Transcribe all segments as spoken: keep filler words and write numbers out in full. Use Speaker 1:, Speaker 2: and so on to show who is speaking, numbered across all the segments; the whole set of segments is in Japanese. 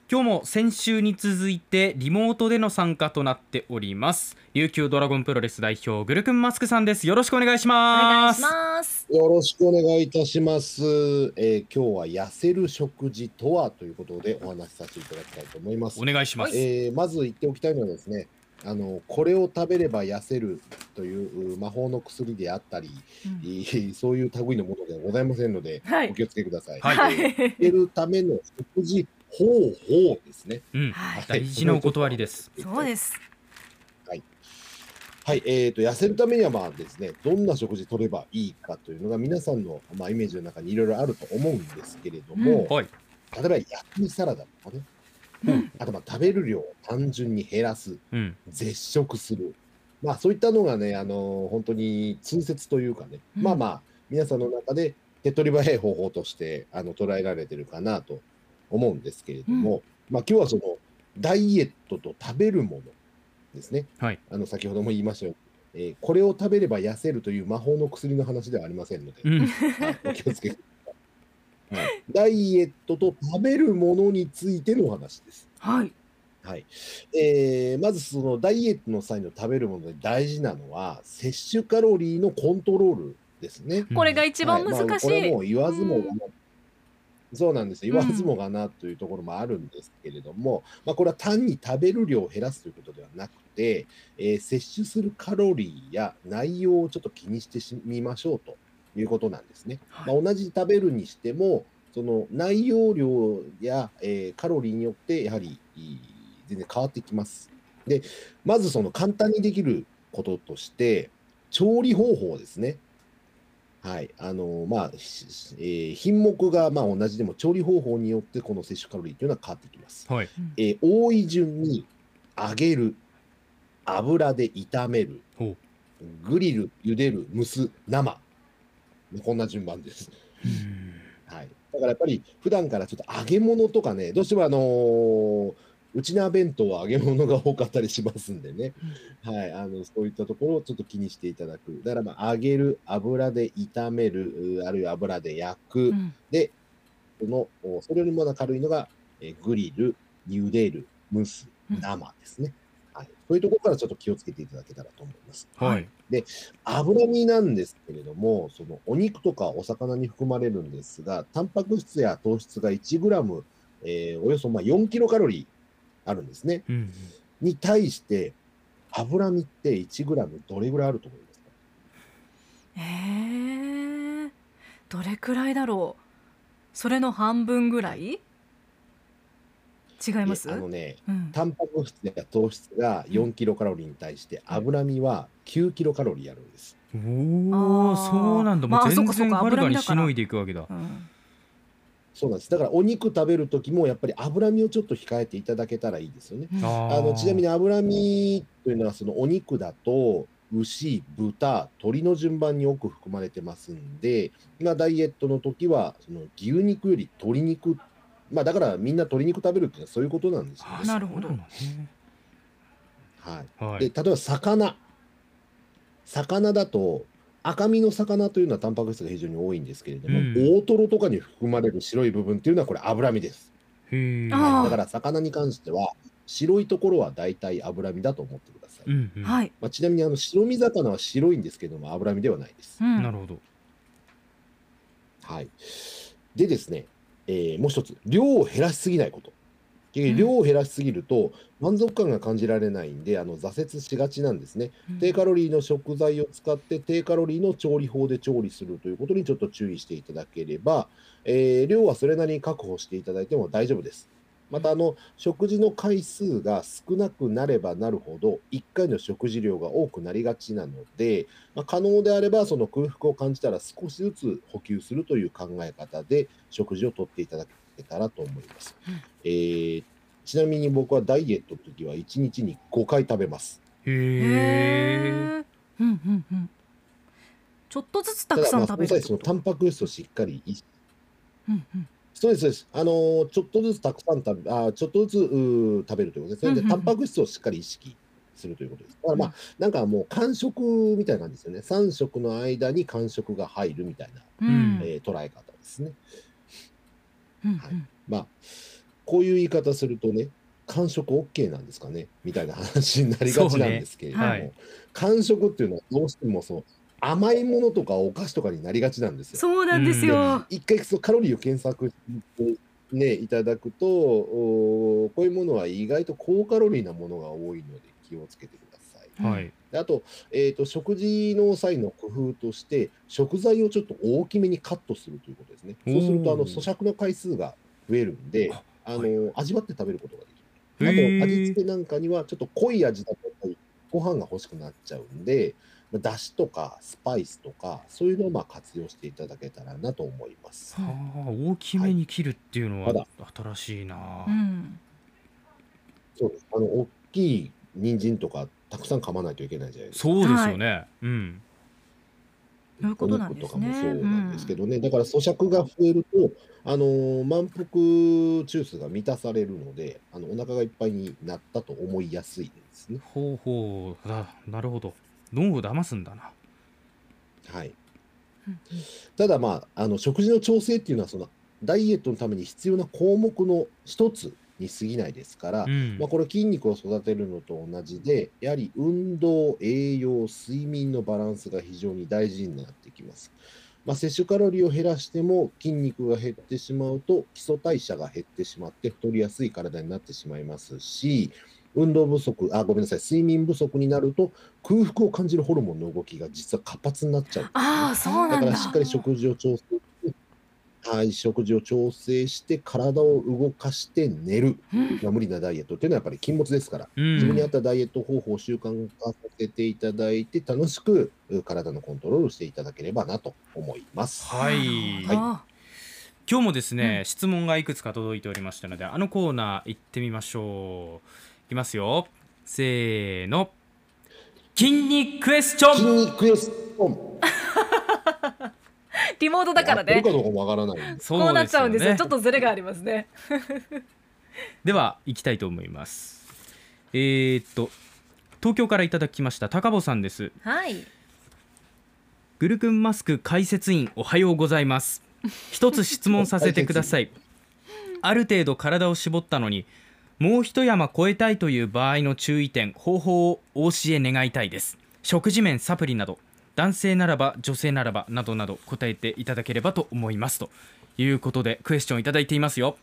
Speaker 1: 今日も先週に続いてリモートでの参加となっております琉球ドラゴンプロレス代表グルクンマスクさんです。よろしくお願いし
Speaker 2: お願いし
Speaker 1: ます。
Speaker 2: ます。
Speaker 3: よろしくお願いいたします。えー今日は痩せる食事とはということでお話しさせていただきたいと思います。
Speaker 1: お願いします。
Speaker 3: えーまず言っておきたいのはですね、あのこれを食べれば痩せるというう魔法の薬であったり、
Speaker 2: うん
Speaker 3: えーそういう類のものではございませんので、
Speaker 2: はい
Speaker 3: お気をつけください。
Speaker 1: はい
Speaker 3: えー痩せるための食事方法ですね。
Speaker 1: うん、
Speaker 2: はい
Speaker 1: 大事なお断りです。
Speaker 2: そうです。
Speaker 3: はい、えーと、痩せるためにはまあですね、どんな食事取ればいいかというのが皆さんの、まあ、イメージの中にいろいろあると思うんですけれども、
Speaker 1: はい。
Speaker 3: 例えば薬味サラダとかね、
Speaker 2: うん
Speaker 3: あとまあ食べる量を単純に減らす、
Speaker 1: うん
Speaker 3: 絶食する、まあそういったのがね、あの本当に通説というかね、
Speaker 2: うん
Speaker 3: まあまあ皆さんの中で手っ取り早い方法としてあの捉えられてるかなと思うんですけれども、まあ今日はそのダイエットと食べるものですね。
Speaker 1: はい。
Speaker 3: あの先ほども言いましたように、えーこれを食べれば痩せるという魔法の薬の話ではありませんので、
Speaker 1: うん
Speaker 3: はい、お気をつけください。はい、ダイエットと食べるものについてのお話です。
Speaker 2: はい。
Speaker 3: はいえーまずそのダイエットの際の食べるもので大事なのは摂取カロリーのコントロールですね。
Speaker 2: これが一番
Speaker 3: はいまあ
Speaker 2: 難し。
Speaker 3: これはいもう言わずもがな、そうなんですよ
Speaker 2: うん
Speaker 3: 言わずもがなというところもあるんですけれども、まあ、これは単に食べる量を減らすということではなくて、えー摂取するカロリーや内容をちょっと気にしてみましょうということなんですね。
Speaker 2: はい
Speaker 3: まあ、同じ食べるにしてもその内容量や、えーカロリーによってやはりいい全然変わってきます。でまずその簡単にできることとして調理方法ですね。はいあのまあしえー品目がまあ同じでも調理方法によってこの摂取カロリーというのは変わってきます。
Speaker 1: はい。
Speaker 3: えー多い順に揚げる、油で炒める、
Speaker 1: ほ
Speaker 3: グリル、茹でる、蒸す、生、こんな順番です。
Speaker 1: う。うん
Speaker 3: はい、だからやっぱり普段からちょっと揚げ物とかね、どうしてもあのーうちな弁当は揚げ物が多かったりしますんでね、はい、あのそういったところをちょっと気にしていただく。だからまあ揚げる、油で炒める、うあるいは油で焼く、
Speaker 2: うん
Speaker 3: で、そのおそれよりもまだ軽いのが、えーグリル、茹でる、蒸す、
Speaker 2: うん
Speaker 3: 生ですね。はい、そういうところからちょっと気をつけていただけたらと思います。
Speaker 1: はい。
Speaker 3: 脂身なんですけれども、そのお肉とかお魚に含まれるんですが、タンパク質や糖質がいちグラム、えーおよそまあよんキロカロリーあるんですね。
Speaker 1: うん
Speaker 3: に対して、脂身っていちグラムどれぐらいあると思いますか？
Speaker 2: えー、どれくらいだろう。それの半分ぐらい違います
Speaker 3: いえあのね、
Speaker 2: うん
Speaker 3: タンパク質や糖質がよんキロカロリーに対して、脂身はきゅうキロカロリーあるんです。
Speaker 1: お
Speaker 2: あ
Speaker 1: お、
Speaker 2: ー
Speaker 1: そうなんだ。も
Speaker 2: まあ
Speaker 1: う全
Speaker 2: そっかそっか
Speaker 1: 然はるかに
Speaker 2: 脂身だから
Speaker 1: しのいでいくわけだ。
Speaker 2: うん
Speaker 3: そうなんです。だからお肉食べるときもやっぱり脂身をちょっと控えていただけたらいいですよね。
Speaker 2: うん
Speaker 1: あ
Speaker 3: あのちなみ
Speaker 1: に。
Speaker 3: に脂身というのはそのお肉だと牛、豚、鶏の順番に多く含まれてますんで、まあ、ダイエットの時はその牛肉より鶏肉、まあ、だからみんな鶏肉食べるっていうのはそういうことなんですよ
Speaker 1: あ
Speaker 3: ね。
Speaker 2: なるほど
Speaker 1: そうなのね
Speaker 3: はい、
Speaker 1: はい。
Speaker 3: で例えば魚。魚だと赤身の魚というのはタンパク質が非常に多いんですけれども、
Speaker 1: うん
Speaker 3: 大トロとかに含まれる白い部分っていうのはこれ脂身です。
Speaker 1: へえ。
Speaker 2: あー
Speaker 3: だから魚に関しては白いところは大体脂身だと思ってください。
Speaker 1: うんうん。
Speaker 2: はい。
Speaker 3: まあ、ちなみにあの白身魚は白いんですけども脂身ではないです。
Speaker 2: うん
Speaker 1: なるほど。
Speaker 3: はい、でですね、えーもう一つ量を減らしすぎないこと。で
Speaker 2: うん
Speaker 3: 量を減らしすぎると満足感が感じられないんであの挫折しがちなんですね。
Speaker 2: うん
Speaker 3: 低カロリーの食材を使って低カロリーの調理法で調理するということにちょっと注意していただければ、えー量はそれなりに確保していただいても大丈夫です。またあの食事の回数が少なくなればなるほどいっかいの食事量が多くなりがちなので、まあ、可能であればその空腹を感じたら少しずつ補給するという考え方で食事をとっていただけたらと思います。
Speaker 2: うん
Speaker 3: えーちなみに僕はダイエットの時はいちにちにごかい食べます。
Speaker 1: へ
Speaker 2: へ
Speaker 1: え。
Speaker 2: ーうんうんうんちょっとずつた
Speaker 3: ただ、
Speaker 2: くさん
Speaker 3: まあ、その際、その
Speaker 2: 食べるってこと
Speaker 3: タンパク質をしっかり意識、
Speaker 2: うんうん
Speaker 3: そうです、そうです。あのーちょっとずつたくさん食べ、あーちょっとずつうー食べるということです。それで、
Speaker 2: うんうんうん
Speaker 3: タンパク質をしっかり意識するということです。だからまあ、
Speaker 2: うん
Speaker 3: なんかもう間食みたいな感じですよね。さん食の間に間食が入るみたいな、
Speaker 2: うん
Speaker 3: えー捉え方ですね。
Speaker 2: うん
Speaker 3: はいまあ、 こういう言い方するとね、間食 OK なんですかねみたいな話になりがちなんですけれども、
Speaker 1: そうねはい、
Speaker 3: 間食っていうのはどうしてもそう甘いものとかお菓子とかになりがちなんですよ。
Speaker 2: そうなんですよ。
Speaker 3: 一回そのカロリーを検索してね、いただくと、おこういうものは意外と高カロリーなものが多いので気をつけてください。
Speaker 1: はい、
Speaker 3: であと、えーと、食事の際の工夫として、食材をちょっと大きめにカットするということですね。そうすると、あの
Speaker 1: おー
Speaker 3: 咀嚼の回数が増えるんで、
Speaker 1: あ
Speaker 3: あの
Speaker 1: はい
Speaker 3: 味わって食べることができる。あ
Speaker 1: へ
Speaker 3: と、
Speaker 1: ー
Speaker 3: 味付けなんかには、ちょっと濃い味だと、やっぱりご飯が欲しくなっちゃうんで、だしとかスパイスとか、そういうのをまあ活用していただけたらなと思います。
Speaker 1: はあ、大きめに切るっていうのは
Speaker 3: はい
Speaker 1: 新しいな、
Speaker 2: うん
Speaker 3: そうです。あの、大きい人参とか、たくさん噛まないといけないじゃないですか。
Speaker 1: そうですよね、うん
Speaker 2: そういうことなん
Speaker 3: お肉とか
Speaker 2: ですね。
Speaker 3: もそうなんですけどね、だから咀嚼が増えると、あのー満腹中枢が満たされるので、あのお腹がいっぱいになったと思いやすいんですね。
Speaker 1: ほうほうだなるほど脳を騙すんだな
Speaker 3: はい。
Speaker 2: うん
Speaker 3: ただまあ、あの食事の調整っていうのは、そのダイエットのために必要な項目の一つに過ぎないですから、
Speaker 1: うん
Speaker 3: まあ、これ筋肉を育てるのと同じで、やはり運動、栄養、睡眠のバランスが非常に大事になってきます。まあ、摂取カロリーを減らしても筋肉が減ってしまうと基礎代謝が減ってしまって太りやすい体になってしまいますし、運動不足、あ、ごめんなさい、睡眠不足になると空腹を感じるホルモンの動きが実は活発になっちゃうんですね。
Speaker 2: ああ、そうなんだ。
Speaker 3: だからしっかり食事を調整して、はい、食事を調整して体を動かして寝る。
Speaker 2: うん
Speaker 3: まあ、無理なダイエットっていうのはやっぱり禁物ですから、
Speaker 1: うん
Speaker 3: 自分に合ったダイエット方法を習慣化させていただいて、楽しくう体のコントロールしていただければなと思います。
Speaker 1: はい
Speaker 2: なるほど
Speaker 1: 今日もですね、
Speaker 2: うん
Speaker 1: 質問がいくつか届いておりましたので、あのコーナー行ってみましょう。いきますよ、せーの、筋肉クエスチョ
Speaker 3: 筋
Speaker 1: ン。
Speaker 3: 肉クエスチョン。
Speaker 2: リモートだからね
Speaker 3: 合ってるかどうかもわからないんです。
Speaker 2: こうなっちゃうんですよ。
Speaker 1: ね
Speaker 2: ちょっとズレがありますね。
Speaker 1: では行きたいと思います。えー、っと東京からいただきました高坊さんです。
Speaker 2: はい。
Speaker 1: グルクンマスク解説員おはようございます。一つ質問させてください。ある程度体を絞ったのにもう一山超えたいという場合の注意点、方法をお教え願いたいです。食事面、サプリなど、男性ならば女性ならばなどなど答えていただければと思いますということでクエスチョンいただいていますよ。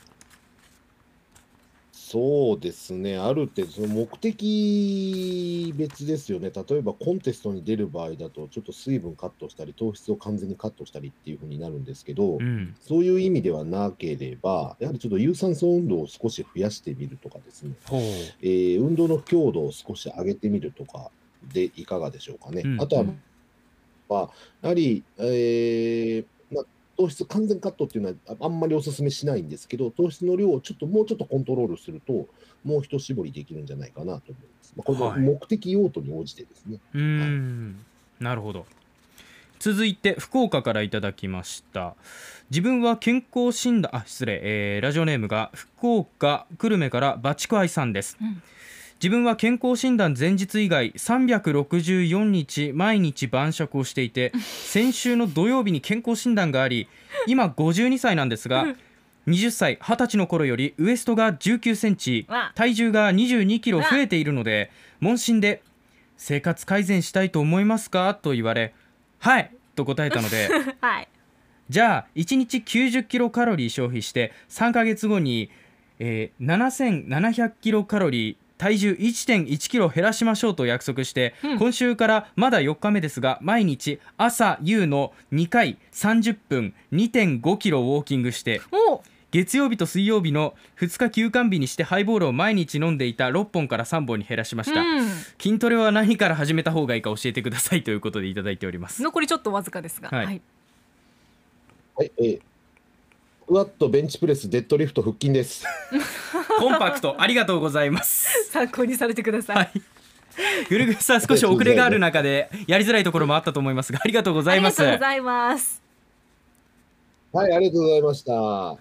Speaker 3: そうですね、ある程度、その目的別ですよね。例えばコンテストに出る場合だと、ちょっと水分カットしたり、糖質を完全にカットしたりっていう風になるんですけど、
Speaker 1: うん
Speaker 3: そういう意味ではなければ、やはりちょっと有酸素運動を少し増やしてみるとかですね、
Speaker 1: ほう
Speaker 3: えー運動の強度を少し上げてみるとかでいかがでしょうかね。
Speaker 1: うん
Speaker 3: あとは、
Speaker 2: うん
Speaker 3: まあ、やはり、えーまあ、糖質完全カットっていうのはああんまりお勧めしないんですけど、糖質の量をちょっともうちょっとコントロールすると、もう一絞りできるんじゃないかなと思います。まあ、こ
Speaker 1: はい
Speaker 3: の目的用途に応じてですね。
Speaker 1: うーん、なるほど。続いて福岡からいただきました。自分は健康診断あ失礼、えーラジオネームが福岡久留米からバチクアイさんです。
Speaker 2: うん
Speaker 1: 自分は健康診断前日以外さんびゃくろくじゅうよっか毎日晩酌をしていて、先週の土曜日に健康診断があり、今ごじゅうにさいなんですが、はたちはたちの頃よりウエストがじゅうきゅうセンチ、
Speaker 2: わ
Speaker 1: 体重がにじゅうにキロ増えているので、問診で生活改善したいと思いますかと言われ、はいと答えたので
Speaker 2: はい。
Speaker 1: じゃあいちにちきゅうじゅっキロカロリー消費してさんかげつごに、えーななせんななひゃくキロカロリー、体重 いってんいちキロ減らしましょうと約束して、
Speaker 2: うん
Speaker 1: 今週からまだよっかめですが、毎日朝夕のにかいさんじゅっぷん にてんごキロウォーキングして、
Speaker 2: お
Speaker 1: 月曜日と水曜日のふつか休館日にしてハイボールを毎日飲んでいたろっぽんからさんぼんに減らしました。
Speaker 2: うん。
Speaker 1: 筋トレは何から始めた方がいいか教えてくださいということでいただいております。
Speaker 2: 残りちょっとわずかですが。
Speaker 1: はい
Speaker 2: はい。
Speaker 3: はい、えー、スクワット、ベンチプレス、デッドリフト、腹筋です。
Speaker 1: コンパクトありがとうございます。
Speaker 2: 参考にされてください。
Speaker 1: はい、ぐるぐるさん少し遅れがある中でやりづらいところもあったと思いますが、ありがとうございます。
Speaker 2: ありがとうございます。
Speaker 3: はい、ありがとうございました。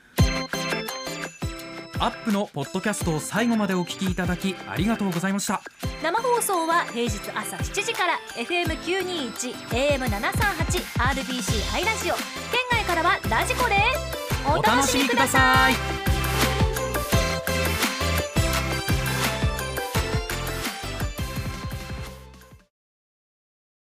Speaker 1: アップのポッドキャストを最後までお聞きいただきありがとうございました。
Speaker 4: 生放送は平日朝しちじから エフエムきゅうにいち エーエムななさんはち アールビーシー ハイラジオ、県外からはラジコです。
Speaker 1: お楽しみください。